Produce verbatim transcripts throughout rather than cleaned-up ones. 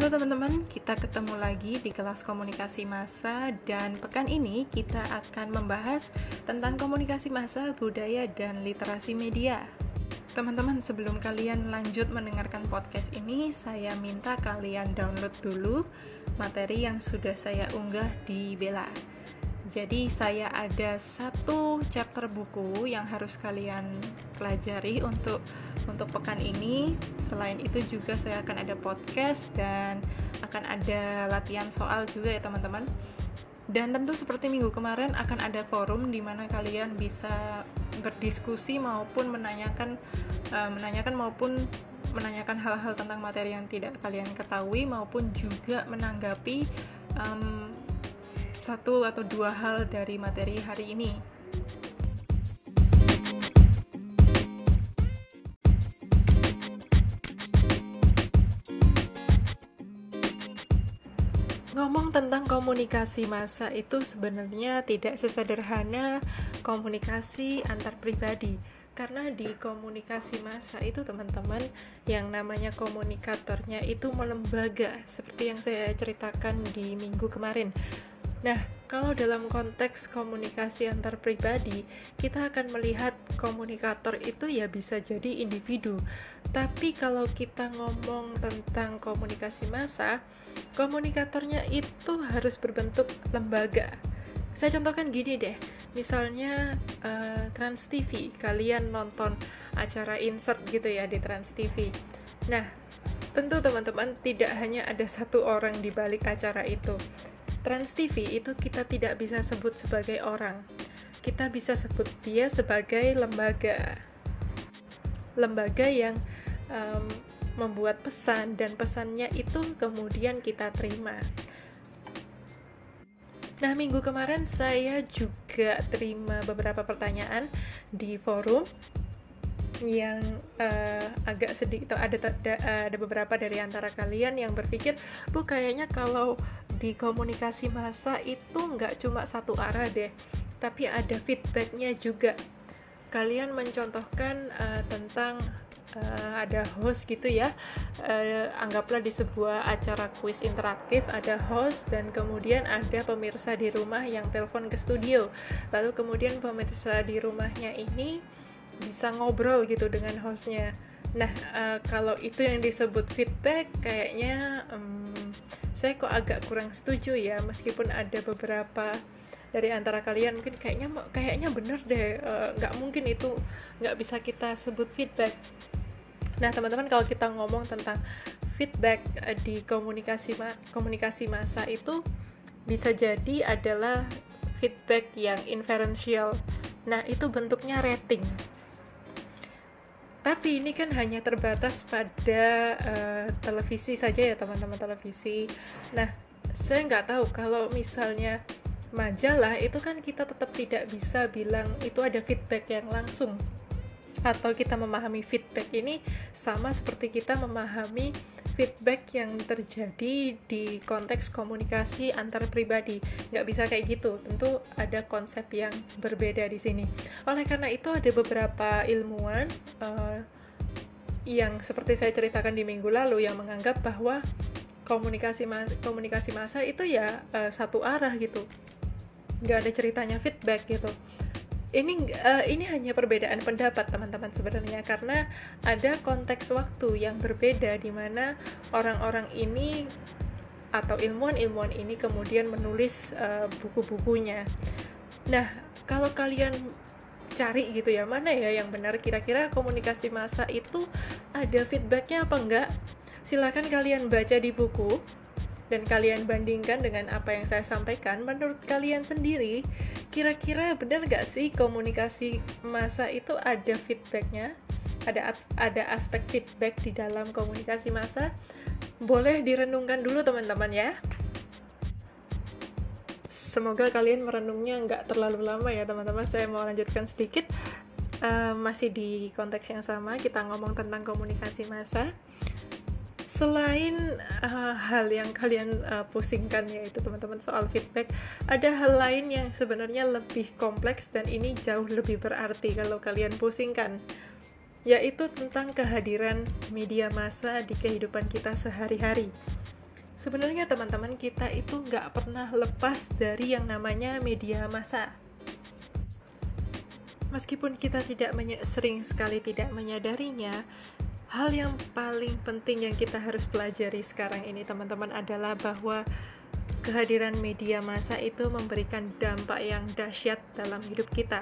Halo teman-teman, kita ketemu lagi di kelas komunikasi massa dan pekan ini kita akan membahas tentang komunikasi massa, budaya, dan literasi media. Teman-teman, sebelum kalian lanjut mendengarkan podcast ini, saya minta kalian download dulu materi yang sudah saya unggah di Bella. Jadi saya ada satu chapter buku yang harus kalian pelajari untuk untuk pekan ini. Selain itu juga saya akan ada podcast dan akan ada latihan soal juga ya teman-teman. Dan tentu seperti minggu kemarin akan ada forum di mana kalian bisa berdiskusi maupun menanyakan uh, menanyakan maupun menanyakan hal-hal tentang materi yang tidak kalian ketahui maupun juga menanggapi um, satu atau dua hal dari materi hari ini. Ngomong tentang komunikasi massa itu sebenarnya tidak sesederhana komunikasi antar pribadi. Karena di komunikasi massa itu teman-teman, yang namanya komunikatornya itu melembaga, seperti yang saya ceritakan di minggu kemarin. Nah, kalau dalam konteks komunikasi antar pribadi, kita akan melihat komunikator itu ya bisa jadi individu. Tapi kalau kita ngomong tentang komunikasi massa, komunikatornya itu harus berbentuk lembaga. Saya contohkan gini deh, misalnya uh, Trans T V, kalian nonton acara insert gitu ya di Trans T V. Nah, tentu teman-teman tidak hanya ada satu orang di balik acara itu. Trans T V itu kita tidak bisa sebut sebagai orang, kita bisa sebut dia sebagai lembaga lembaga yang um, membuat pesan dan pesannya itu kemudian kita terima. Nah, minggu kemarin saya juga terima beberapa pertanyaan di forum yang uh, agak sedikit ada, ada ada beberapa dari antara kalian yang berpikir, Bu, kayaknya kalau di komunikasi massa itu nggak cuma satu arah deh, tapi ada feedbacknya juga. Kalian mencontohkan uh, tentang uh, ada host gitu ya, uh, anggaplah di sebuah acara kuis interaktif ada host dan kemudian ada pemirsa di rumah yang telepon ke studio, lalu kemudian pemirsa di rumahnya ini bisa ngobrol gitu dengan hostnya. Nah, uh, kalau itu yang disebut feedback, kayaknya um, saya kok agak kurang setuju ya, meskipun ada beberapa dari antara kalian mungkin kayaknya kayaknya bener deh, uh, nggak mungkin itu nggak bisa kita sebut feedback. Nah, teman-teman, kalau kita ngomong tentang feedback uh, di komunikasi ma- komunikasi massa itu bisa jadi adalah feedback yang inferential. Nah, itu bentuknya rating. Tapi ini kan hanya terbatas pada uh, televisi saja ya teman-teman, televisi. Nah, saya nggak tahu kalau misalnya majalah itu kan kita tetap tidak bisa bilang itu ada feedback yang langsung. Atau kita memahami feedback ini sama seperti kita memahami feedback yang terjadi di konteks komunikasi antar pribadi. Nggak bisa kayak gitu, tentu ada konsep yang berbeda di sini. Oleh karena itu ada beberapa ilmuwan uh, yang seperti saya ceritakan di minggu lalu yang menganggap bahwa komunikasi ma- komunikasi massa itu ya uh, satu arah gitu, nggak ada ceritanya feedback gitu. Ini uh, ini hanya perbedaan pendapat teman-teman sebenarnya, karena ada konteks waktu yang berbeda di mana orang-orang ini atau ilmuwan-ilmuwan ini kemudian menulis uh, buku-bukunya. Nah, kalau kalian cari gitu ya, mana ya yang benar, kira-kira komunikasi massa itu ada feedbacknya apa enggak? Silakan kalian baca di buku dan kalian bandingkan dengan apa yang saya sampaikan. Menurut kalian sendiri, kira-kira benar gak sih komunikasi massa itu ada feedbacknya? Ada ada aspek feedback di dalam komunikasi massa? Boleh direnungkan dulu teman-teman ya. Semoga kalian merenungnya nggak terlalu lama ya teman-teman. Saya mau lanjutkan sedikit, uh, masih di konteks yang sama, kita ngomong tentang komunikasi massa. Selain uh, hal yang kalian uh, pusingkan yaitu teman-teman soal feedback, ada hal lain yang sebenarnya lebih kompleks dan ini jauh lebih berarti kalau kalian pusingkan, yaitu tentang kehadiran media massa di kehidupan kita sehari-hari. Sebenarnya teman-teman, kita itu nggak pernah lepas dari yang namanya media massa. Meskipun kita tidak menye- sering sekali tidak menyadarinya, hal yang paling penting yang kita harus pelajari sekarang ini teman-teman adalah bahwa kehadiran media massa itu memberikan dampak yang dahsyat dalam hidup kita.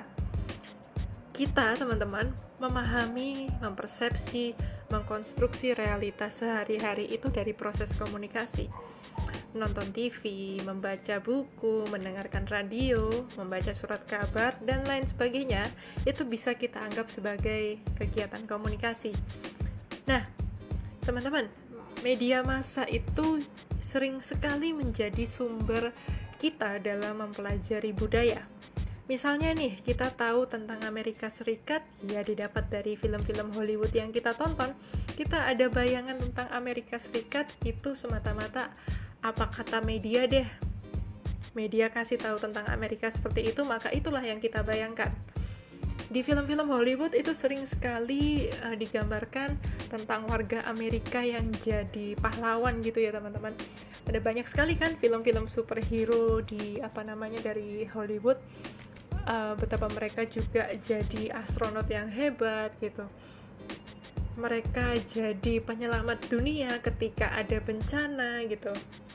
Kita, teman-teman, memahami, mempersepsi, mengkonstruksi realitas sehari-hari itu dari proses komunikasi. Nonton T V, membaca buku, mendengarkan radio, membaca surat kabar, dan lain sebagainya, itu bisa kita anggap sebagai kegiatan komunikasi. Nah, teman-teman, media massa itu sering sekali menjadi sumber kita dalam mempelajari budaya. Misalnya nih, kita tahu tentang Amerika Serikat, ya didapat dari film-film Hollywood yang kita tonton. Kita ada bayangan tentang Amerika Serikat itu semata-mata apa kata media deh. Media kasih tahu tentang Amerika seperti itu, maka itulah yang kita bayangkan. Di film-film Hollywood itu sering sekali uh, digambarkan tentang warga Amerika yang jadi pahlawan gitu ya teman-teman. Ada banyak sekali kan film-film superhero di apa namanya dari Hollywood. Uh, betapa mereka juga jadi astronot yang hebat gitu. Mereka jadi penyelamat dunia ketika ada bencana gitu.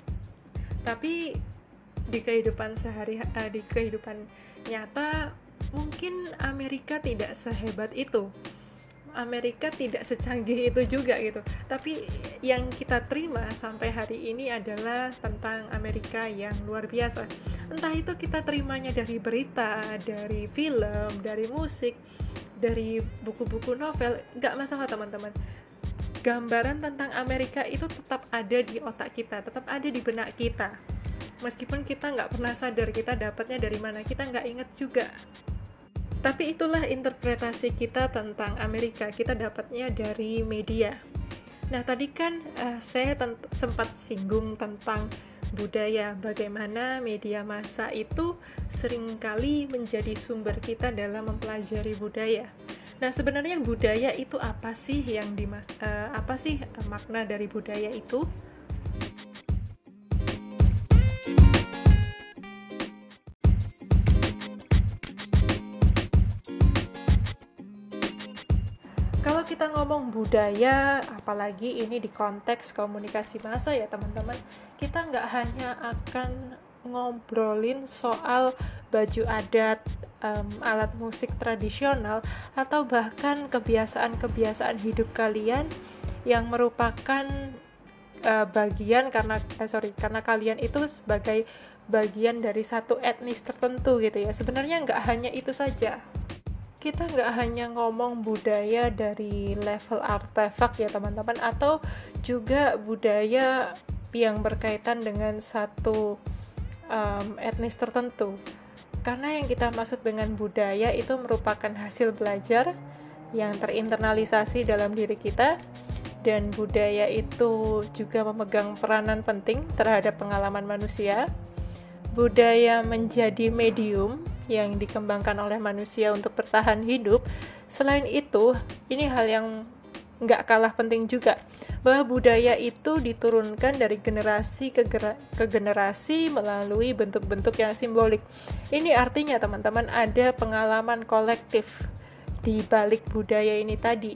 Tapi di kehidupan sehari uh, di kehidupan nyata mungkin Amerika tidak sehebat itu. Amerika tidak secanggih itu juga gitu. Tapi yang kita terima sampai hari ini adalah tentang Amerika yang luar biasa. Entah itu kita terimanya dari berita, dari film, dari musik, dari buku-buku novel, gak masalah teman-teman. Gambaran tentang Amerika itu tetap ada di otak kita, tetap ada di benak kita. Meskipun kita gak pernah sadar kita dapatnya dari mana, kita gak ingat juga. Tapi itulah interpretasi kita tentang Amerika, kita dapatnya dari media. Nah, tadi kan uh, saya tent- sempat singgung tentang budaya, bagaimana media massa itu seringkali menjadi sumber kita dalam mempelajari budaya. Nah, sebenarnya budaya itu apa sih yang dimas- uh, apa sih uh, makna dari budaya itu? Kalau kita ngomong budaya, apalagi ini di konteks komunikasi massa ya teman-teman, kita nggak hanya akan ngobrolin soal baju adat, um, alat musik tradisional, atau bahkan kebiasaan-kebiasaan hidup kalian yang merupakan uh, bagian karena eh, sorry karena kalian itu sebagai bagian dari satu etnis tertentu gitu ya. Sebenarnya nggak hanya itu saja. Kita nggak hanya ngomong budaya dari level artefak ya teman-teman, atau juga budaya yang berkaitan dengan satu um, etnis tertentu. Karena yang kita maksud dengan budaya itu merupakan hasil belajar yang terinternalisasi dalam diri kita, dan budaya itu juga memegang peranan penting terhadap pengalaman manusia. Budaya menjadi medium yang dikembangkan oleh manusia untuk bertahan hidup. Selain itu, ini hal yang nggak kalah penting juga, bahwa budaya itu diturunkan dari generasi ke, gera- ke generasi melalui bentuk-bentuk yang simbolik. Ini artinya teman-teman ada pengalaman kolektif di balik budaya ini tadi.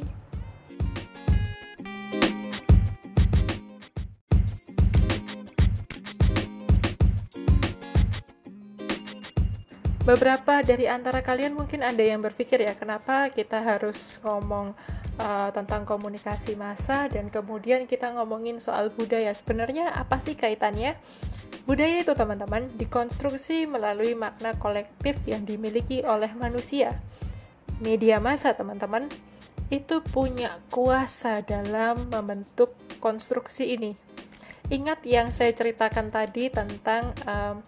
Beberapa dari antara kalian mungkin ada yang berpikir ya, kenapa kita harus ngomong uh, tentang komunikasi massa dan kemudian kita ngomongin soal budaya. Sebenarnya apa sih kaitannya? Budaya itu teman-teman dikonstruksi melalui makna kolektif yang dimiliki oleh manusia. Media massa teman-teman itu punya kuasa dalam membentuk konstruksi ini. Ingat yang saya ceritakan tadi tentang um,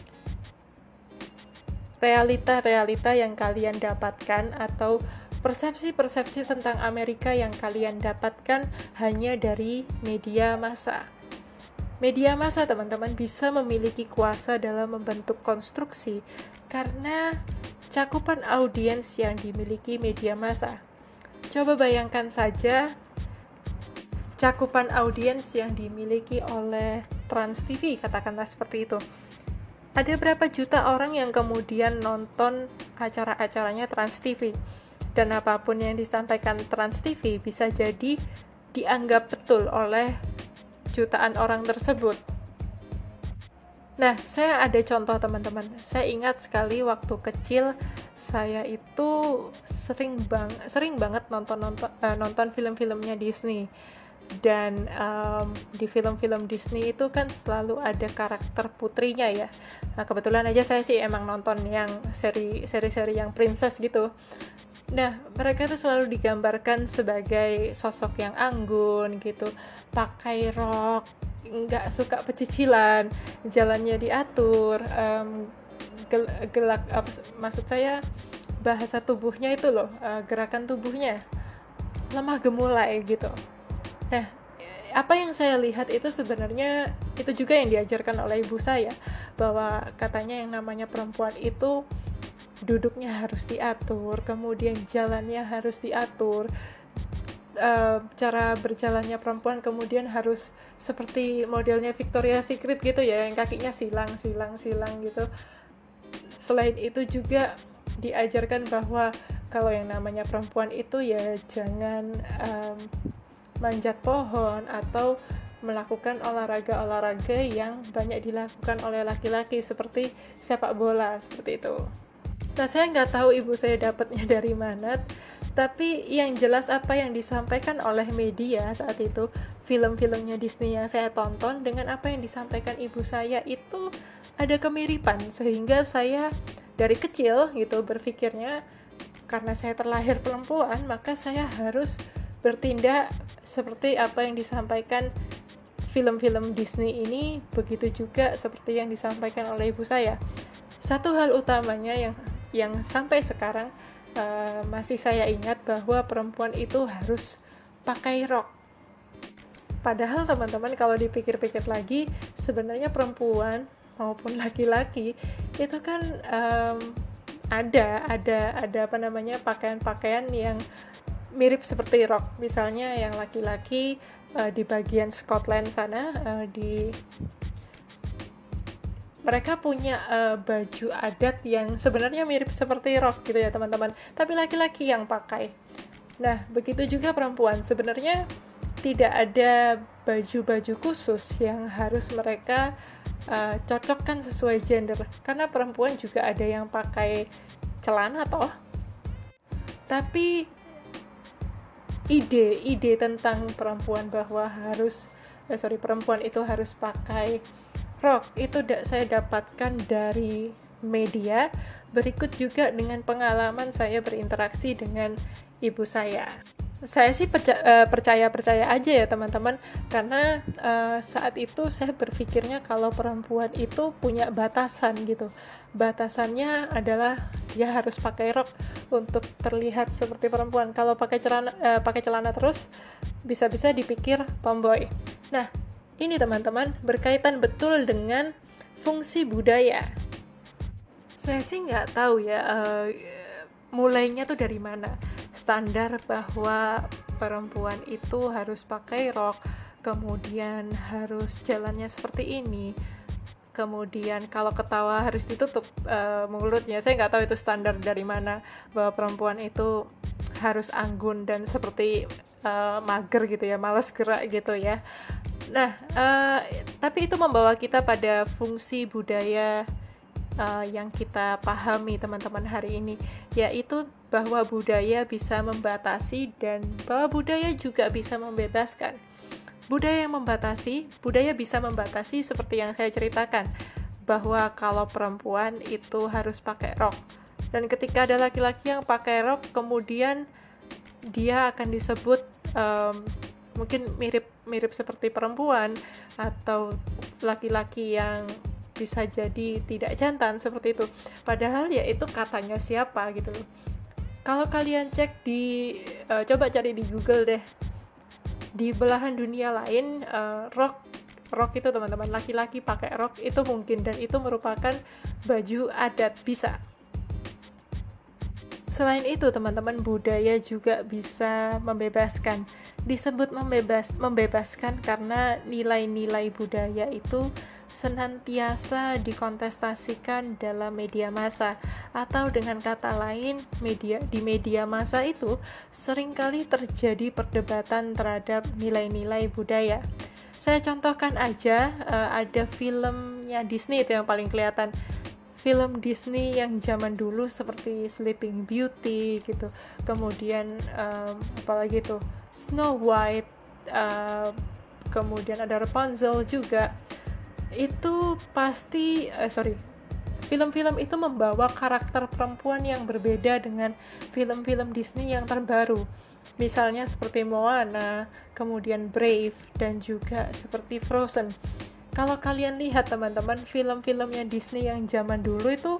realita-realita yang kalian dapatkan atau persepsi-persepsi tentang Amerika yang kalian dapatkan hanya dari media massa. Media massa teman-teman bisa memiliki kuasa dalam membentuk konstruksi karena cakupan audiens yang dimiliki media massa. Coba bayangkan saja cakupan audiens yang dimiliki oleh Trans T V, katakanlah seperti itu. Ada berapa juta orang yang kemudian nonton acara-acaranya Trans T V, dan apapun yang disampaikan Trans T V bisa jadi dianggap betul oleh jutaan orang tersebut. Nah, saya ada contoh teman-teman. Saya ingat sekali waktu kecil saya itu sering bang sering banget nonton nonton uh, nonton film-filmnya Disney. Dan um, di film-film Disney itu kan selalu ada karakter putrinya ya. Nah, kebetulan aja saya sih emang nonton yang seri seri-seri yang princess gitu. Nah, mereka tuh selalu digambarkan sebagai sosok yang anggun gitu, pakai rok, nggak suka pecicilan, jalannya diatur, um, gel- gelak, apa, maksud saya bahasa tubuhnya itu loh, uh, gerakan tubuhnya lemah gemulai gitu. Nah, apa yang saya lihat itu sebenarnya itu juga yang diajarkan oleh ibu saya, bahwa katanya yang namanya perempuan itu duduknya harus diatur, kemudian jalannya harus diatur, uh, cara berjalannya perempuan kemudian harus seperti modelnya Victoria's Secret gitu ya, yang kakinya silang, silang, silang gitu. Selain itu juga diajarkan bahwa kalau yang namanya perempuan itu ya jangan um, manjat pohon atau melakukan olahraga-olahraga yang banyak dilakukan oleh laki-laki seperti sepak bola, seperti itu. Nah, saya nggak tahu ibu saya dapatnya dari mana, tapi yang jelas apa yang disampaikan oleh media saat itu, film-filmnya Disney yang saya tonton dengan apa yang disampaikan ibu saya itu ada kemiripan, sehingga saya dari kecil gitu berpikirnya karena saya terlahir perempuan, maka saya harus bertindak seperti apa yang disampaikan film-film Disney ini, begitu juga seperti yang disampaikan oleh ibu saya. Satu hal utamanya yang yang sampai sekarang uh, masih saya ingat, bahwa perempuan itu harus pakai rok. Padahal teman-teman kalau dipikir-pikir lagi, sebenarnya perempuan maupun laki-laki itu kan um, ada ada ada apa namanya pakaian-pakaian yang mirip seperti rok. Misalnya yang laki-laki uh, di bagian Scotland sana, uh, di mereka punya uh, baju adat yang sebenarnya mirip seperti rok gitu ya teman-teman, tapi laki-laki yang pakai. Nah, begitu juga perempuan. Sebenarnya tidak ada baju-baju khusus yang harus mereka uh, cocokkan sesuai gender, karena perempuan juga ada yang pakai celana toh. Tapi ide-ide tentang perempuan bahwa harus eh, sorry perempuan itu harus pakai rok itu da- saya dapatkan dari media, berikut juga dengan pengalaman saya berinteraksi dengan ibu saya. Saya sih perca- uh, percaya-percaya aja ya teman-teman, karena uh, saat itu saya berpikirnya kalau perempuan itu punya batasan gitu. Batasannya adalah dia harus pakai rok untuk terlihat seperti perempuan. Kalau pakai celana uh, pakai celana terus bisa-bisa dipikir tomboy. Nah, ini teman-teman berkaitan betul dengan fungsi budaya. Saya sih nggak tahu ya uh, mulainya tuh dari mana. Standar bahwa perempuan itu harus pakai rok, kemudian harus jalannya seperti ini, kemudian kalau ketawa harus ditutup uh, mulutnya. Saya nggak tahu itu standar dari mana, bahwa perempuan itu harus anggun dan seperti uh, mager gitu ya, malas gerak gitu ya. Nah, uh, tapi itu membawa kita pada fungsi budaya uh, yang kita pahami teman-teman hari ini, yaitu bahwa budaya bisa membatasi dan bahwa budaya juga bisa membebaskan. Budaya yang membatasi, budaya bisa membatasi seperti yang saya ceritakan, bahwa kalau perempuan itu harus pakai rok. Dan ketika ada laki-laki yang pakai rok, kemudian dia akan disebut um, mungkin mirip-mirip seperti perempuan, atau laki-laki yang bisa jadi tidak jantan seperti itu. Padahal ya itu katanya siapa gitu loh. Kalau kalian cek di uh, coba cari di Google deh, di belahan dunia lain uh, rok rok itu teman-teman, laki-laki pakai rok itu mungkin, dan itu merupakan baju adat, bisa. Selain itu, teman-teman, budaya juga bisa membebaskan. Disebut membebas, membebaskan karena nilai-nilai budaya itu senantiasa dikontestasikan dalam media massa, atau dengan kata lain, media di media massa itu seringkali terjadi perdebatan terhadap nilai-nilai budaya. Saya contohkan aja, uh, ada filmnya Disney itu yang paling kelihatan. Film Disney yang zaman dulu seperti Sleeping Beauty gitu, kemudian um, apalagi tuh Snow White, uh, kemudian ada Rapunzel juga. Itu pasti eh, sorry film-film itu membawa karakter perempuan yang berbeda dengan film-film Disney yang terbaru, misalnya seperti Moana, kemudian Brave, dan juga seperti Frozen. Kalau kalian lihat, teman-teman, film-filmnya Disney yang zaman dulu itu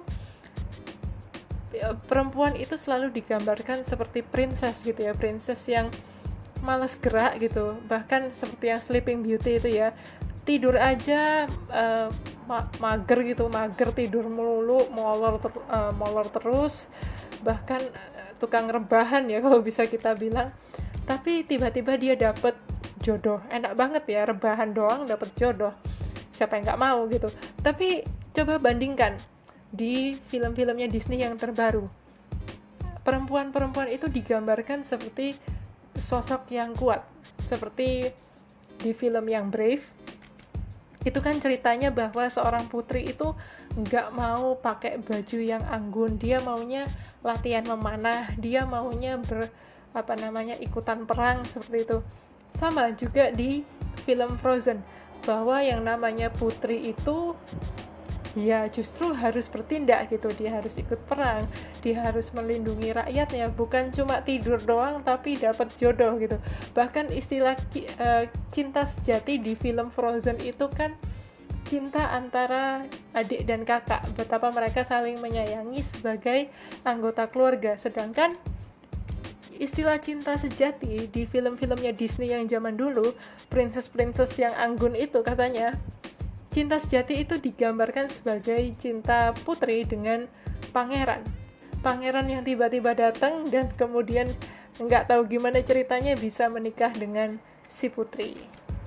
perempuan itu selalu digambarkan seperti princess gitu ya, princess yang malas gerak gitu, bahkan seperti yang Sleeping Beauty itu ya, tidur aja uh, ma- mager gitu, mager tidur melulu, molor ter- uh, molor terus, bahkan uh, tukang rebahan ya kalau bisa kita bilang. Tapi tiba-tiba dia dapet jodoh, enak banget ya, rebahan doang dapet jodoh, siapa yang nggak mau gitu. Tapi coba bandingkan di film-filmnya Disney yang terbaru, perempuan-perempuan itu digambarkan seperti sosok yang kuat, seperti di film yang Brave. Itu kan ceritanya bahwa seorang putri itu nggak mau pakai baju yang anggun, dia maunya latihan memanah, dia maunya ber apa namanya ikutan perang seperti itu. Sama juga di film Frozen, bahwa yang namanya putri itu ya justru harus bertindak gitu, dia harus ikut perang, dia harus melindungi rakyatnya, bukan cuma tidur doang tapi dapat jodoh gitu. Bahkan istilah uh, cinta sejati di film Frozen itu kan cinta antara adik dan kakak, betapa mereka saling menyayangi sebagai anggota keluarga. Sedangkan istilah cinta sejati di film-filmnya Disney yang zaman dulu, princess-princess yang anggun itu, katanya cinta sejati itu digambarkan sebagai cinta putri dengan pangeran. Pangeran yang tiba-tiba datang dan kemudian nggak tahu gimana ceritanya bisa menikah dengan si putri.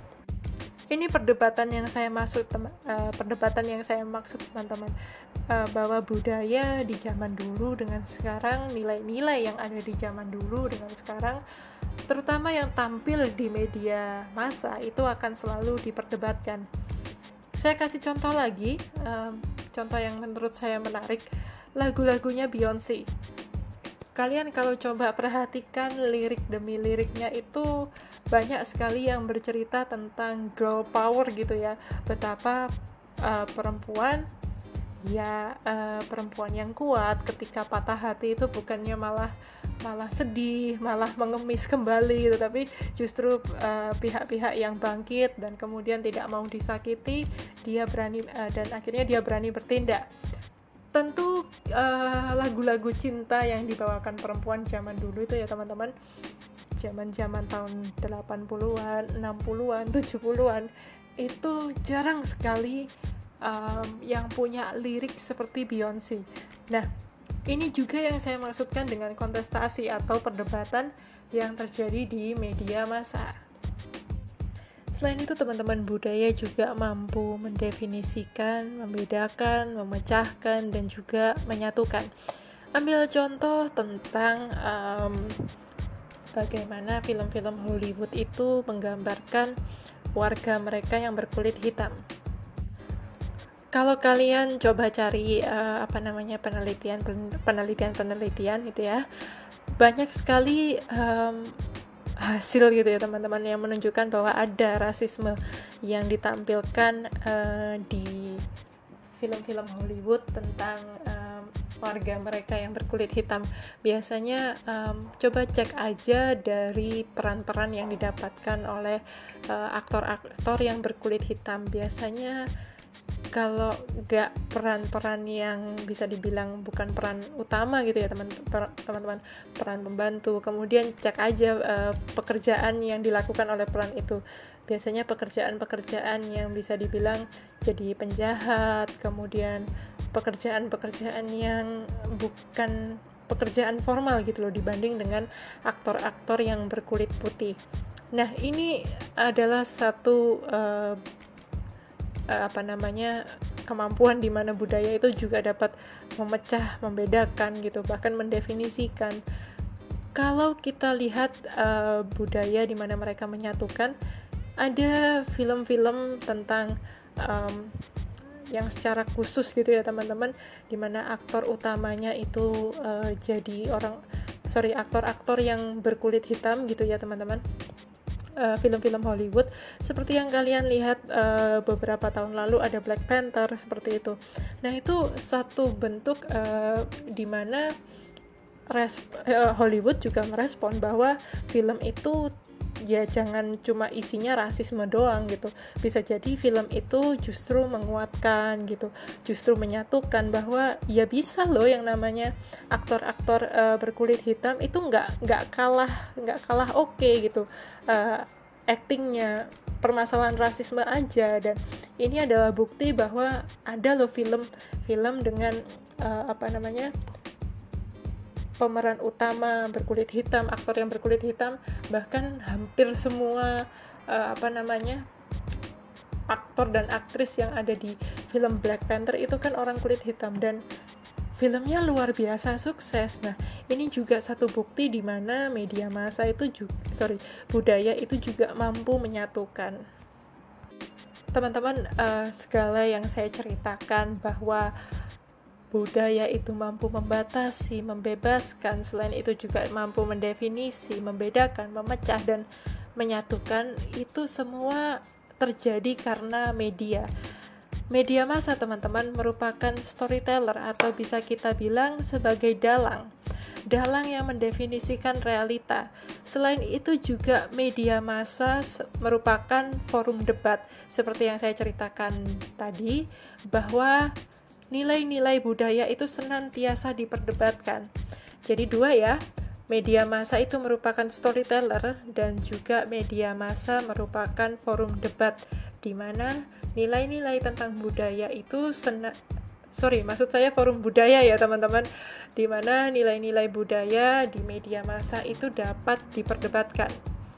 Ini perdebatan yang saya maksud, teman, uh, perdebatan yang saya maksud teman-teman, uh, bahwa budaya di zaman dulu dengan sekarang, nilai-nilai yang ada di zaman dulu dengan sekarang, terutama yang tampil di media massa, itu akan selalu diperdebatkan. Saya kasih contoh lagi, um, contoh yang menurut saya menarik, lagu-lagunya Beyonce. Kalian kalau coba perhatikan lirik demi liriknya itu banyak sekali yang bercerita tentang girl power gitu ya, betapa uh, perempuan ya uh, perempuan yang kuat ketika patah hati itu bukannya malah malah sedih, malah mengemis kembali gitu, tapi justru uh, pihak-pihak yang bangkit dan kemudian tidak mau disakiti, dia berani uh, dan akhirnya dia berani bertindak. Tentu uh, lagu-lagu cinta yang dibawakan perempuan zaman dulu itu ya teman-teman, zaman-zaman tahun delapan puluhan, enam puluhan, tujuh puluhan, itu jarang sekali um, yang punya lirik seperti Beyonce. Nah, ini juga yang saya maksudkan dengan kontestasi atau perdebatan yang terjadi di media massa. Selain itu, teman-teman, budaya juga mampu mendefinisikan, membedakan, memecahkan, dan juga menyatukan. Ambil contoh tentang um, bagaimana film-film Hollywood itu menggambarkan warga mereka yang berkulit hitam. Kalau kalian coba cari uh, apa namanya penelitian penelitian penelitian gitu ya, banyak sekali um, hasil gitu ya teman-teman yang menunjukkan bahwa ada rasisme yang ditampilkan uh, di film-film Hollywood tentang um, warga mereka yang berkulit hitam. Biasanya um, coba cek aja dari peran-peran yang didapatkan oleh uh, aktor-aktor yang berkulit hitam. Biasanya kalau nggak peran-peran yang bisa dibilang bukan peran utama gitu ya teman-teman, peran pembantu, kemudian cek aja uh, pekerjaan yang dilakukan oleh peran itu. Biasanya pekerjaan-pekerjaan yang bisa dibilang jadi penjahat, kemudian pekerjaan-pekerjaan yang bukan pekerjaan formal gitu loh dibanding dengan aktor-aktor yang berkulit putih. Nah, ini adalah satu uh, uh, apa namanya kemampuan di mana budaya itu juga dapat memecah, membedakan gitu, bahkan mendefinisikan. Kalau kita lihat uh, budaya di mana mereka menyatukan, ada film-film tentang um, yang secara khusus gitu ya teman-teman, di mana aktor utamanya itu uh, jadi orang sorry aktor-aktor yang berkulit hitam gitu ya teman-teman. Uh, film-film Hollywood seperti yang kalian lihat uh, beberapa tahun lalu ada Black Panther seperti itu. Nah, itu satu bentuk uh, di mana resp- uh, Hollywood juga merespon bahwa film itu ya jangan cuma isinya rasisme doang gitu. Bisa jadi film itu justru menguatkan gitu, justru menyatukan bahwa ya bisa loh yang namanya aktor-aktor uh, berkulit hitam itu nggak nggak kalah nggak kalah oke okay, gitu. Uh, actingnya, permasalahan rasisme aja. Dan ini adalah bukti bahwa ada loh film-film dengan uh, apa namanya pemeran utama berkulit hitam, aktor yang berkulit hitam, bahkan hampir semua uh, apa namanya aktor dan aktris yang ada di film Black Panther itu kan orang kulit hitam, dan filmnya luar biasa sukses. Nah, ini juga satu bukti di mana media massa itu juga, sorry, budaya itu juga mampu menyatukan. Teman-teman, uh, segala yang saya ceritakan bahwa budaya itu mampu membatasi, membebaskan, selain itu juga mampu mendefinisi, membedakan, memecah, dan menyatukan, itu semua terjadi karena media. Media massa, teman-teman, merupakan storyteller atau bisa kita bilang sebagai dalang. Dalang yang mendefinisikan realita. Selain itu juga media massa merupakan forum debat. Seperti yang saya ceritakan tadi, bahwa nilai-nilai budaya itu senantiasa diperdebatkan. Jadi dua ya, media massa itu merupakan storyteller dan juga media massa merupakan forum debat, di mana nilai-nilai tentang budaya itu sena- sorry, maksud saya forum budaya ya teman-teman, di mana nilai-nilai budaya di media massa itu dapat diperdebatkan.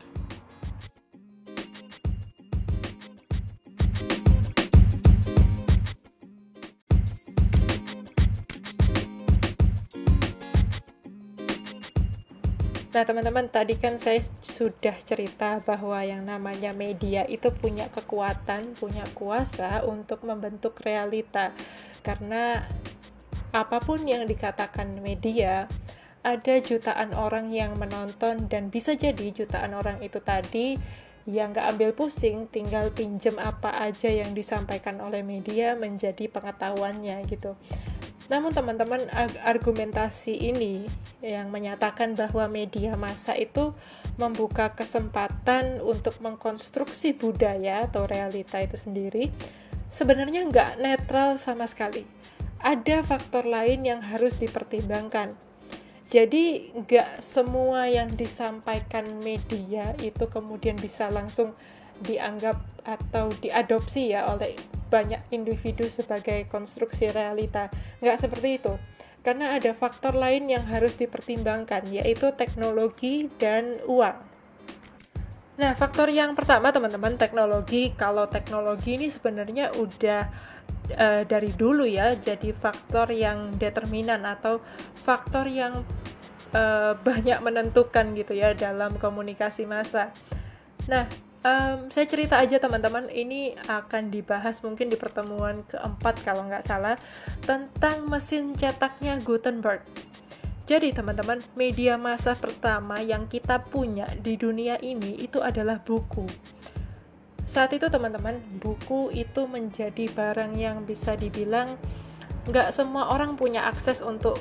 Nah teman-teman, tadi kan saya sudah cerita bahwa yang namanya media itu punya kekuatan, punya kuasa untuk membentuk realita. Karena apapun yang dikatakan media, ada jutaan orang yang menonton, dan bisa jadi jutaan orang itu tadi yang gak ambil pusing, tinggal pinjem apa aja yang disampaikan oleh media menjadi pengetahuannya gitu. Namun teman-teman, argumentasi ini yang menyatakan bahwa media massa itu membuka kesempatan untuk mengkonstruksi budaya atau realita itu sendiri, sebenarnya nggak netral sama sekali. Ada faktor lain yang harus dipertimbangkan. Jadi nggak semua yang disampaikan media itu kemudian bisa langsung dianggap atau diadopsi ya oleh banyak individu sebagai konstruksi realita. Nggak seperti itu. Karena ada faktor lain yang harus dipertimbangkan, yaitu teknologi dan uang. Nah, faktor yang pertama teman-teman, teknologi. Kalau teknologi ini sebenarnya udah uh, dari dulu ya, jadi faktor yang determinan atau faktor yang uh, banyak menentukan gitu ya dalam komunikasi massa. Nah, Um, saya cerita aja teman-teman, ini akan dibahas mungkin di pertemuan keempat kalau nggak salah, tentang mesin cetaknya Gutenberg. Jadi teman-teman, media massa pertama yang kita punya di dunia ini itu adalah buku. Saat itu teman-teman, buku itu menjadi barang yang bisa dibilang nggak semua orang punya akses untuk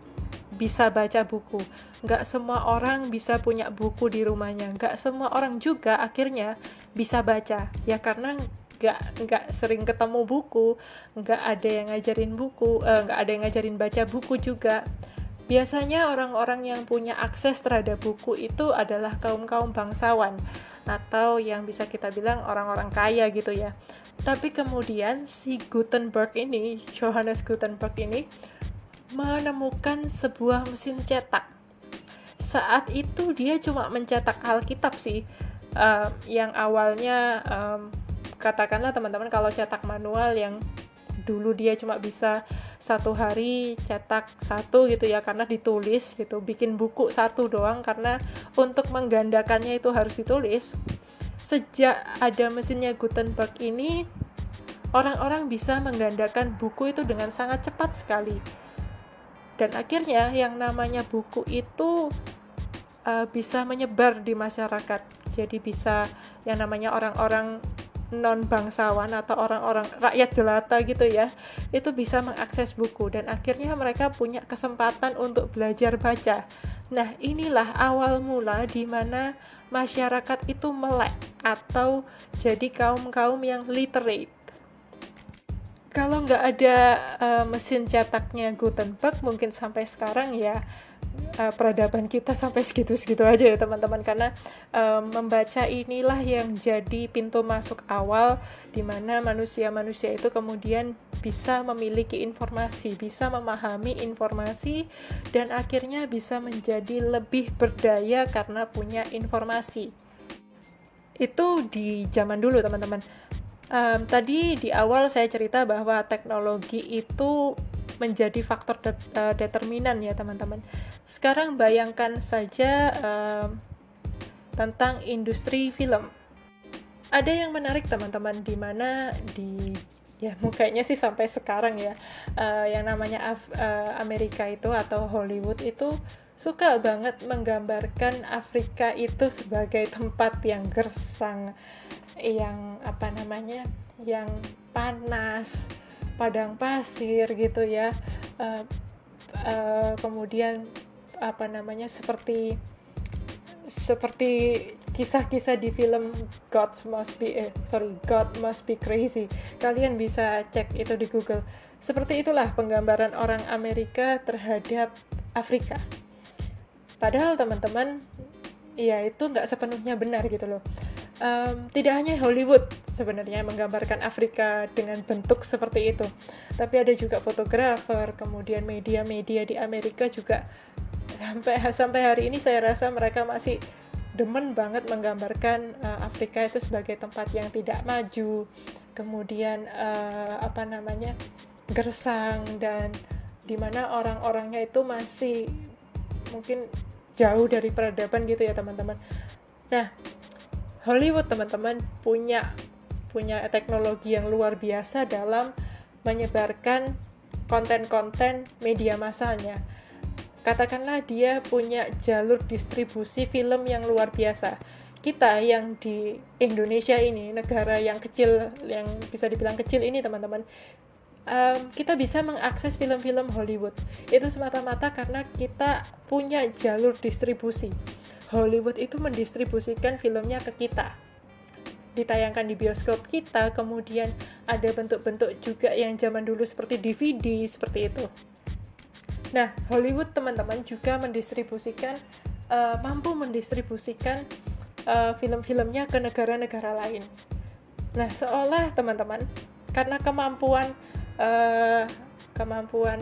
bisa baca buku. Nggak semua orang bisa punya buku di rumahnya. Nggak semua orang juga akhirnya bisa baca. Ya karena nggak, nggak sering ketemu buku, nggak ada yang ngajarin buku, eh, nggak ada yang ngajarin baca buku juga. Biasanya orang-orang yang punya akses terhadap buku itu adalah kaum-kaum bangsawan atau yang bisa kita bilang orang-orang kaya gitu ya. Tapi kemudian si Gutenberg ini, Johannes Gutenberg ini, menemukan sebuah mesin cetak. Saat itu dia cuma mencetak Alkitab sih, uh, yang awalnya um, katakanlah teman-teman kalau cetak manual yang dulu dia cuma bisa satu hari cetak satu gitu ya, karena ditulis gitu, bikin buku satu doang karena untuk menggandakannya itu harus ditulis. Sejak ada mesinnya Gutenberg ini, orang-orang bisa menggandakan buku itu dengan sangat cepat sekali. Dan akhirnya yang namanya buku itu uh, bisa menyebar di masyarakat. Jadi bisa yang namanya orang-orang non-bangsawan atau orang-orang rakyat jelata gitu ya, itu bisa mengakses buku dan akhirnya mereka punya kesempatan untuk belajar baca. Nah, inilah awal mula di mana masyarakat itu melek atau jadi kaum-kaum yang literate. Kalau nggak ada uh, mesin cetaknya Gutenberg, mungkin sampai sekarang ya uh, peradaban kita sampai segitu-segitu aja ya teman-teman, karena uh, membaca inilah yang jadi pintu masuk awal di mana manusia-manusia itu kemudian bisa memiliki informasi, bisa memahami informasi, dan akhirnya bisa menjadi lebih berdaya karena punya informasi. Itu di zaman dulu teman-teman. Um, tadi di awal saya cerita bahwa teknologi itu menjadi faktor de- uh, determinan ya teman-teman. Sekarang bayangkan saja um, tentang industri film. Ada yang menarik teman-teman, di mana di ya kayaknya sih sampai sekarang ya uh, yang namanya Af- uh, Amerika itu atau Hollywood itu suka banget menggambarkan Afrika itu sebagai tempat yang gersang, yang apa namanya, yang panas, padang pasir gitu ya, uh, uh, kemudian apa namanya seperti seperti kisah-kisah di film God Must Be eh, sorry God Must Be Crazy. Kalian bisa cek itu di Google. Seperti itulah penggambaran orang Amerika terhadap Afrika. Padahal teman-teman, ya itu nggak sepenuhnya benar gitu loh. Um, tidak hanya Hollywood sebenarnya menggambarkan Afrika dengan bentuk seperti itu, tapi ada juga fotografer, kemudian media-media di Amerika juga sampai sampai hari ini saya rasa mereka masih demen banget menggambarkan uh, Afrika itu sebagai tempat yang tidak maju, kemudian uh, apa namanya gersang, dan dimana orang-orangnya itu masih mungkin jauh dari peradaban gitu ya teman-teman. Nah, Hollywood teman-teman punya punya teknologi yang luar biasa dalam menyebarkan konten-konten media massanya. Katakanlah dia punya jalur distribusi film yang luar biasa. Kita yang di Indonesia ini, negara yang kecil, yang bisa dibilang kecil ini teman-teman, um, kita bisa mengakses film-film Hollywood. Itu semata-mata karena kita punya jalur distribusi. Hollywood itu mendistribusikan filmnya ke kita, ditayangkan di bioskop kita, kemudian ada bentuk-bentuk juga yang zaman dulu seperti D V D, seperti itu. Nah, Hollywood teman-teman juga mendistribusikan, uh, mampu mendistribusikan uh, film-filmnya ke negara-negara lain. Nah, seolah teman-teman, karena kemampuan uh, kemampuan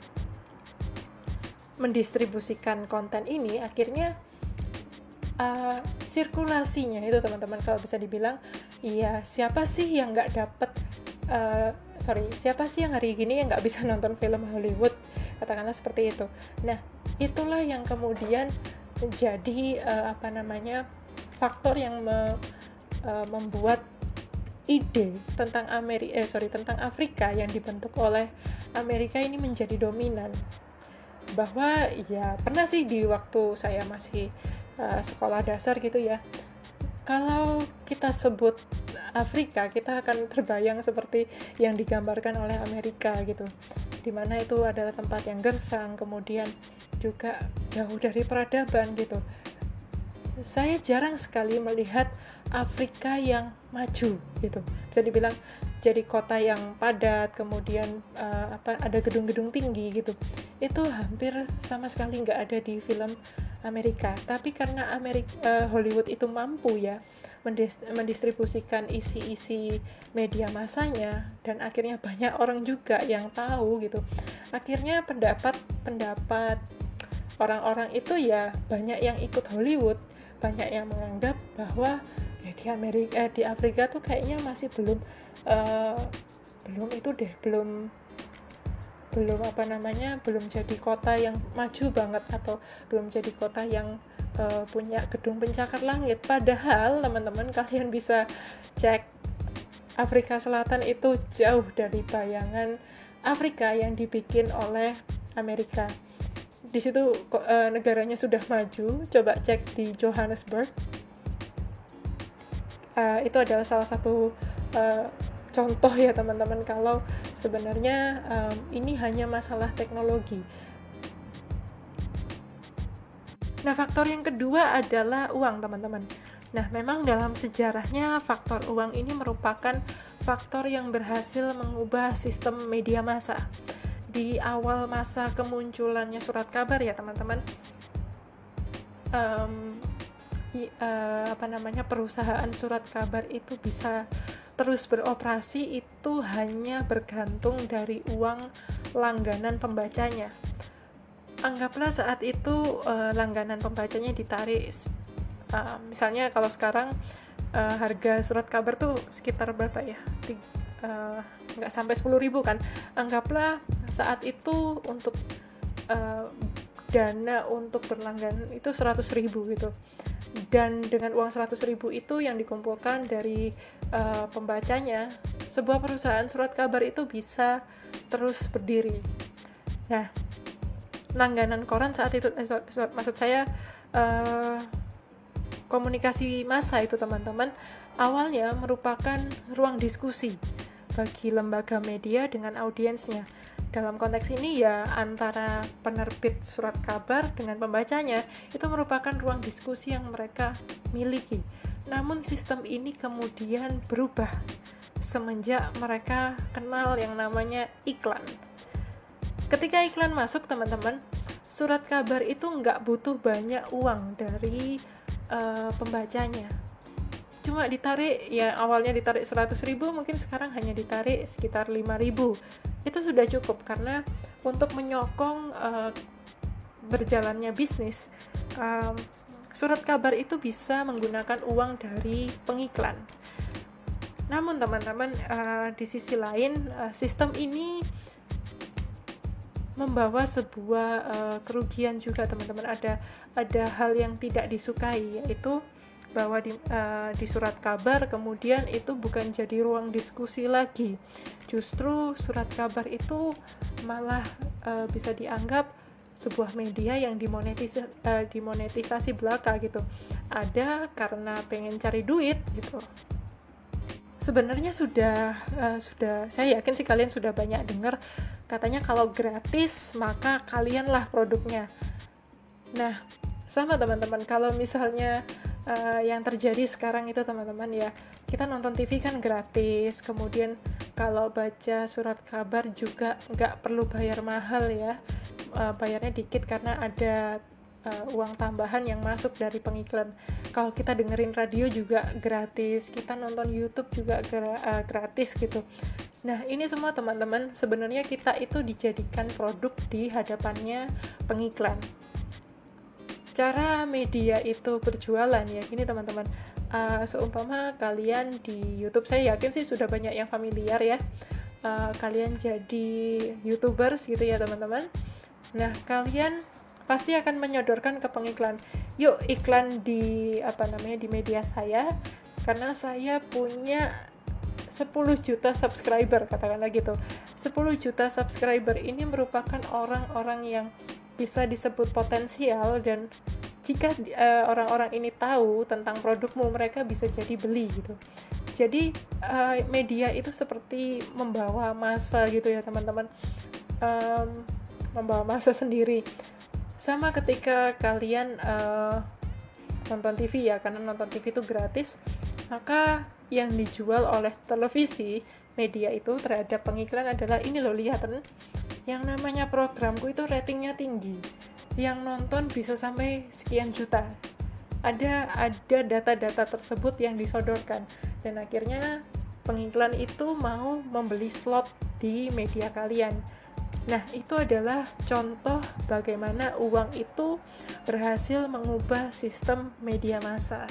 mendistribusikan konten ini, akhirnya Uh, sirkulasinya itu teman-teman kalau bisa dibilang, iya siapa sih yang nggak dapet uh, sorry siapa sih yang hari gini yang nggak bisa nonton film Hollywood, katakanlah seperti itu. Nah, itulah yang kemudian menjadi uh, apa namanya faktor yang me, uh, membuat ide tentang Amerika eh sorry tentang Afrika yang dibentuk oleh Amerika ini menjadi dominan. Bahwa ya pernah sih di waktu saya masih Uh, sekolah dasar gitu ya, kalau kita sebut Afrika kita akan terbayang seperti yang digambarkan oleh Amerika gitu, dimana itu adalah tempat yang gersang, kemudian juga jauh dari peradaban gitu. Saya jarang sekali melihat Afrika yang maju gitu, bisa dibilang jadi kota yang padat, kemudian uh, apa ada gedung-gedung tinggi gitu. Itu hampir sama sekali nggak ada di film Amerika. Tapi karena Amerika, uh, Hollywood itu mampu ya mendis- mendistribusikan isi-isi media massanya, dan akhirnya banyak orang juga yang tahu gitu. Akhirnya pendapat-pendapat orang-orang itu ya banyak yang ikut Hollywood, banyak yang menganggap bahwa ya di Amerika, eh, di Afrika tuh kayaknya masih belum uh, belum itu deh, belum belum apa namanya, belum jadi kota yang maju banget, atau belum jadi kota yang uh, punya gedung pencakar langit. Padahal teman-teman kalian bisa cek, Afrika Selatan itu jauh dari bayangan Afrika yang dibikin oleh Amerika. Di situ uh, negaranya sudah maju. Coba cek di Johannesburg. Uh, itu adalah salah satu uh, contoh ya teman-teman, kalau sebenarnya um, ini hanya masalah teknologi. Nah, faktor yang kedua adalah uang, teman-teman. Nah, memang dalam sejarahnya faktor uang ini merupakan faktor yang berhasil mengubah sistem media massa. Di awal masa kemunculannya surat kabar ya teman-teman, um, i, uh, apa namanya perusahaan surat kabar itu bisa terus beroperasi itu hanya bergantung dari uang langganan pembacanya. Anggaplah saat itu uh, langganan pembacanya ditarik, uh, misalnya kalau sekarang uh, harga surat kabar tuh sekitar berapa ya? Uh, nggak sampai sepuluh ribu kan. Anggaplah saat itu untuk uh, dana untuk berlangganan itu seratus ribu gitu. Dan dengan uang seratus ribu itu yang dikumpulkan dari uh, pembacanya, sebuah perusahaan surat kabar itu bisa terus berdiri. Nah, langganan koran saat itu, eh, so, so, maksud saya uh, komunikasi massa itu teman-teman, awalnya merupakan ruang diskusi bagi lembaga media dengan audiensnya. Dalam konteks ini ya antara penerbit surat kabar dengan pembacanya, itu merupakan ruang diskusi yang mereka miliki. Namun sistem ini kemudian berubah semenjak mereka kenal yang namanya iklan. Ketika iklan masuk teman-teman, surat kabar itu nggak butuh banyak uang dari uh, pembacanya. Cuma ditarik, ya awalnya ditarik seratus ribu, mungkin sekarang hanya ditarik sekitar lima ribu. Itu sudah cukup, karena untuk menyokong uh, berjalannya bisnis, um, surat kabar itu bisa menggunakan uang dari pengiklan. Namun teman-teman, uh, di sisi lain, uh, sistem ini membawa sebuah uh, kerugian juga teman-teman. Ada ada hal yang tidak disukai, yaitu bahwa di, uh, di surat kabar kemudian itu bukan jadi ruang diskusi lagi. Justru surat kabar itu malah uh, bisa dianggap sebuah media yang dimonetis, uh, dimonetisasi belaka gitu. Ada karena pengen cari duit gitu. Sebenarnya sudah uh, sudah saya yakin sih kalian sudah banyak dengar katanya kalau gratis maka kalianlah produknya. Nah, sama teman-teman, kalau misalnya uh, yang terjadi sekarang itu teman-teman ya, kita nonton T V kan gratis, kemudian kalau baca surat kabar juga nggak perlu bayar mahal ya, uh, bayarnya dikit karena ada uh, uang tambahan yang masuk dari pengiklan. Kalau kita dengerin radio juga gratis, kita nonton YouTube juga gra- uh, gratis gitu. Nah, ini semua teman-teman sebenarnya kita itu dijadikan produk di hadapannya pengiklan. Cara media itu berjualan ya gini teman-teman, uh, seumpama kalian di YouTube, saya yakin sih sudah banyak yang familiar ya, uh, kalian jadi YouTubers gitu ya teman-teman. Nah, kalian pasti akan menyodorkan ke pengiklan, yuk iklan di apa namanya di media saya karena saya punya sepuluh juta subscriber, katakanlah gitu. sepuluh juta subscriber ini merupakan orang-orang yang bisa disebut potensial, dan jika uh, orang-orang ini tahu tentang produkmu, mereka bisa jadi beli gitu. Jadi uh, media itu seperti membawa massa gitu ya teman-teman, um, membawa massa sendiri. Sama ketika kalian uh, nonton T V ya, karena nonton T V itu gratis, maka yang dijual oleh televisi media itu terhadap pengiklan adalah ini loh, lihat yang namanya programku itu ratingnya tinggi. yang nonton bisa sampai sekian juta. Ada ada data-data tersebut yang disodorkan, dan akhirnya pengiklan itu mau membeli slot di media kalian. Nah, itu adalah contoh bagaimana uang itu berhasil mengubah sistem media massa.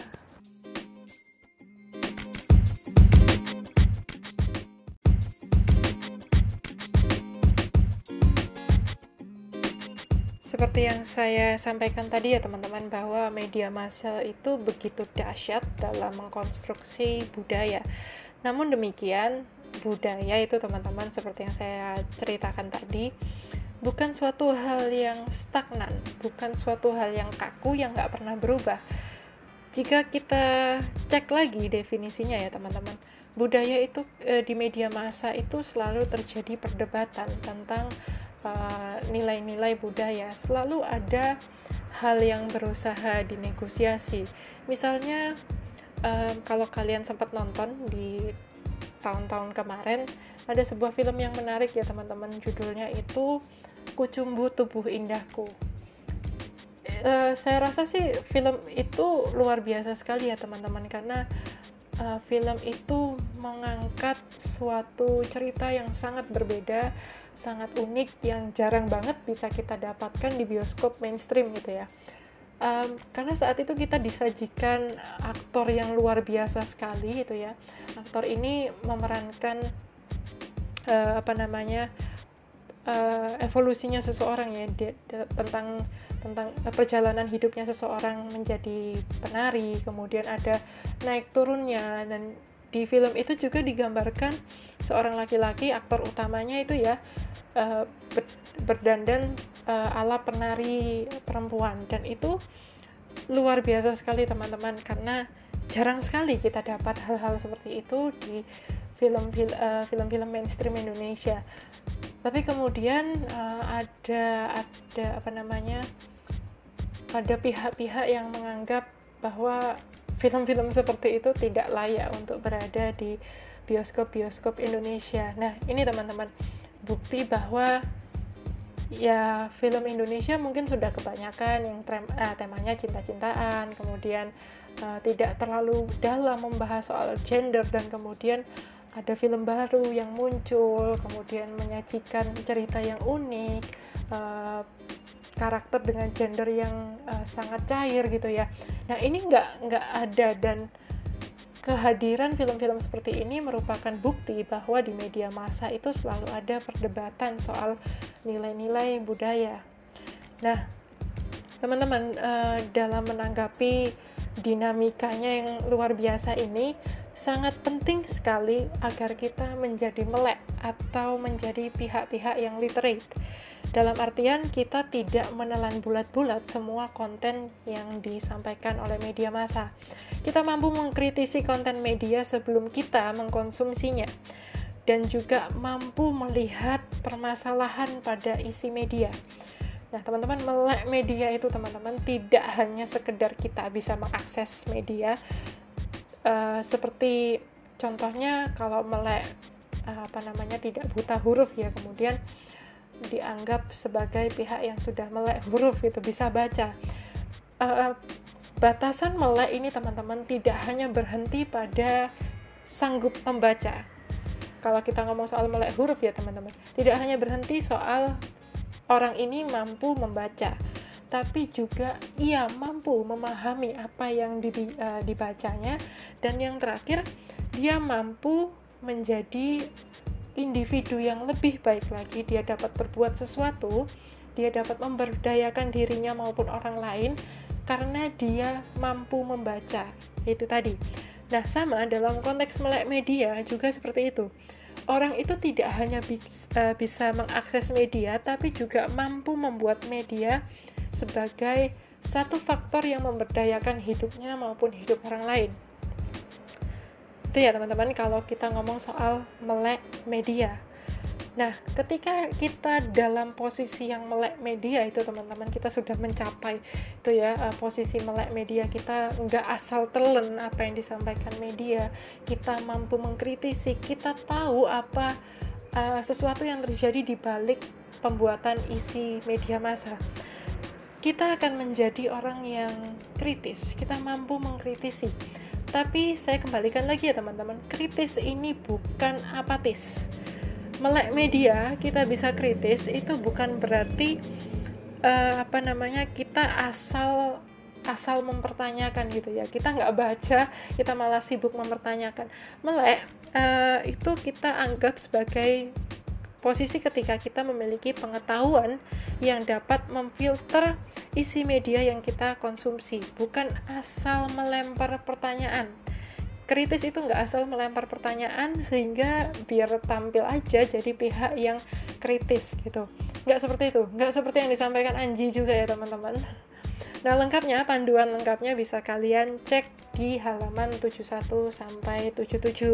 Seperti yang saya sampaikan tadi ya teman-teman, bahwa media massa itu begitu dahsyat dalam mengkonstruksi budaya. Namun demikian, budaya itu teman-teman, seperti yang saya ceritakan tadi, bukan suatu hal yang stagnan, bukan suatu hal yang kaku yang gak pernah berubah. Jika kita cek lagi definisinya ya teman-teman, budaya itu e, di media massa itu selalu terjadi perdebatan tentang e, nilai-nilai budaya. Selalu ada hal yang berusaha dinegosiasi. Misalnya e, kalau kalian sempat nonton di tahun-tahun kemarin, ada sebuah film yang menarik ya teman-teman, judulnya itu Kucumbu Tubuh Indahku. Uh, saya rasa sih film itu luar biasa sekali ya teman-teman, karena uh, film itu mengangkat suatu cerita yang sangat berbeda, sangat unik, yang jarang banget bisa kita dapatkan di bioskop mainstream gitu ya. Um, karena saat itu kita disajikan aktor yang luar biasa sekali gitu ya. Aktor ini memerankan uh, apa namanya uh, evolusinya seseorang ya, di, di, tentang tentang uh, perjalanan hidupnya seseorang menjadi penari, kemudian ada naik turunnya, dan di film itu juga digambarkan seorang laki-laki, aktor utamanya itu ya uh, ber, berdandan uh, ala penari perempuan, dan itu luar biasa sekali teman-teman, karena jarang sekali kita dapat hal-hal seperti itu di film-film uh, film-film mainstream Indonesia. Tapi kemudian uh, ada ada apa namanya ada pihak-pihak yang menganggap bahwa film-film seperti itu tidak layak untuk berada di bioskop-bioskop Indonesia. Nah, ini teman-teman, bukti bahwa ya film Indonesia mungkin sudah kebanyakan yang trem- uh, temanya cinta-cintaan, kemudian uh, tidak terlalu dalam membahas soal gender, dan kemudian ada film baru yang muncul, kemudian menyajikan cerita yang unik, uh, karakter dengan gender yang uh, sangat cair gitu ya. Nah, ini nggak nggak ada, dan kehadiran film-film seperti ini merupakan bukti bahwa di media massa itu selalu ada perdebatan soal nilai-nilai budaya. Nah, teman-teman, uh, dalam menanggapi dinamikanya yang luar biasa ini, sangat penting sekali agar kita menjadi melek atau menjadi pihak-pihak yang literate. Dalam artian kita tidak menelan bulat-bulat semua konten yang disampaikan oleh media massa. Kita mampu mengkritisi konten media sebelum kita mengkonsumsinya, dan juga mampu melihat permasalahan pada isi media. Nah, teman-teman, melek media itu teman-teman tidak hanya sekedar kita bisa mengakses media, uh, seperti contohnya kalau melek uh, apa namanya tidak buta huruf ya, kemudian dianggap sebagai pihak yang sudah melek huruf gitu, bisa baca. Uh, batasan melek ini teman-teman tidak hanya berhenti pada sanggup membaca. Kalau kita ngomong soal melek huruf ya teman-teman, tidak hanya berhenti soal orang ini mampu membaca, tapi juga ia mampu memahami apa yang uh, dibacanya, dan yang terakhir dia mampu menjadi individu yang lebih baik lagi. Dia dapat berbuat sesuatu, dia dapat memberdayakan dirinya maupun orang lain karena dia mampu membaca. Itu tadi. Nah, sama dalam konteks melek media juga seperti itu. Orang itu tidak hanya bisa, bisa mengakses media, tapi juga mampu membuat media sebagai satu faktor yang memberdayakan hidupnya maupun hidup orang lain. Itu ya teman-teman, kalau kita ngomong soal melek media. Nah, ketika kita dalam posisi yang melek media itu teman-teman, kita sudah mencapai itu ya, uh, posisi melek media, kita nggak asal telan apa yang disampaikan media, kita mampu mengkritisi, kita tahu apa uh, sesuatu yang terjadi di balik pembuatan isi media massa. kita akan menjadi orang yang kritis, kita mampu mengkritisi. Tapi saya kembalikan lagi ya teman-teman, kritis ini bukan apatis. Melek media kita bisa kritis itu bukan berarti uh, apa namanya kita asal asal mempertanyakan gitu ya, kita nggak baca, kita malah sibuk mempertanyakan. Melek uh, itu kita anggap sebagai posisi ketika kita memiliki pengetahuan yang dapat memfilter isi media yang kita konsumsi, bukan asal melempar pertanyaan. Kritis itu nggak asal melempar pertanyaan sehingga biar tampil aja jadi pihak yang kritis gitu. Nggak seperti itu, nggak seperti yang disampaikan Anji juga ya teman-teman. Nah lengkapnya, panduan lengkapnya bisa kalian cek di halaman tujuh puluh satu sampai tujuh puluh tujuh.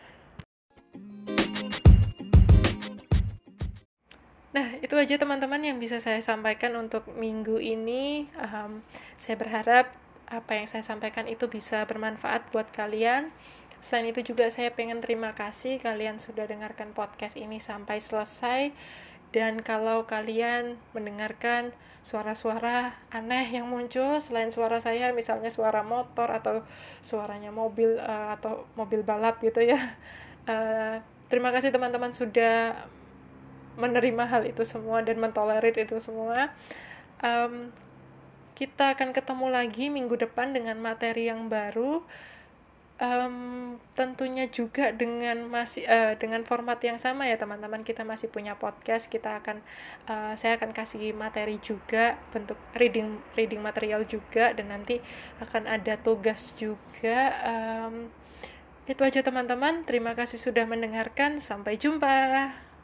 Nah, itu aja teman-teman yang bisa saya sampaikan untuk minggu ini. Um, saya berharap apa yang saya sampaikan itu bisa bermanfaat buat kalian. Selain itu juga saya pengen terima kasih kalian sudah dengarkan podcast ini sampai selesai. Dan kalau kalian mendengarkan suara-suara aneh yang muncul selain suara saya, misalnya suara motor atau suaranya mobil uh, atau mobil balap gitu ya. Uh, terima kasih teman-teman sudah menerima hal itu semua dan mentolerir itu semua. Um, kita akan ketemu lagi minggu depan dengan materi yang baru, um, tentunya juga dengan masih uh, dengan format yang sama ya teman-teman. Kita masih punya podcast, kita akan uh, saya akan kasih materi juga, bentuk reading reading material juga, dan nanti akan ada tugas juga. Um, itu aja teman-teman. Terima kasih sudah mendengarkan. Sampai jumpa.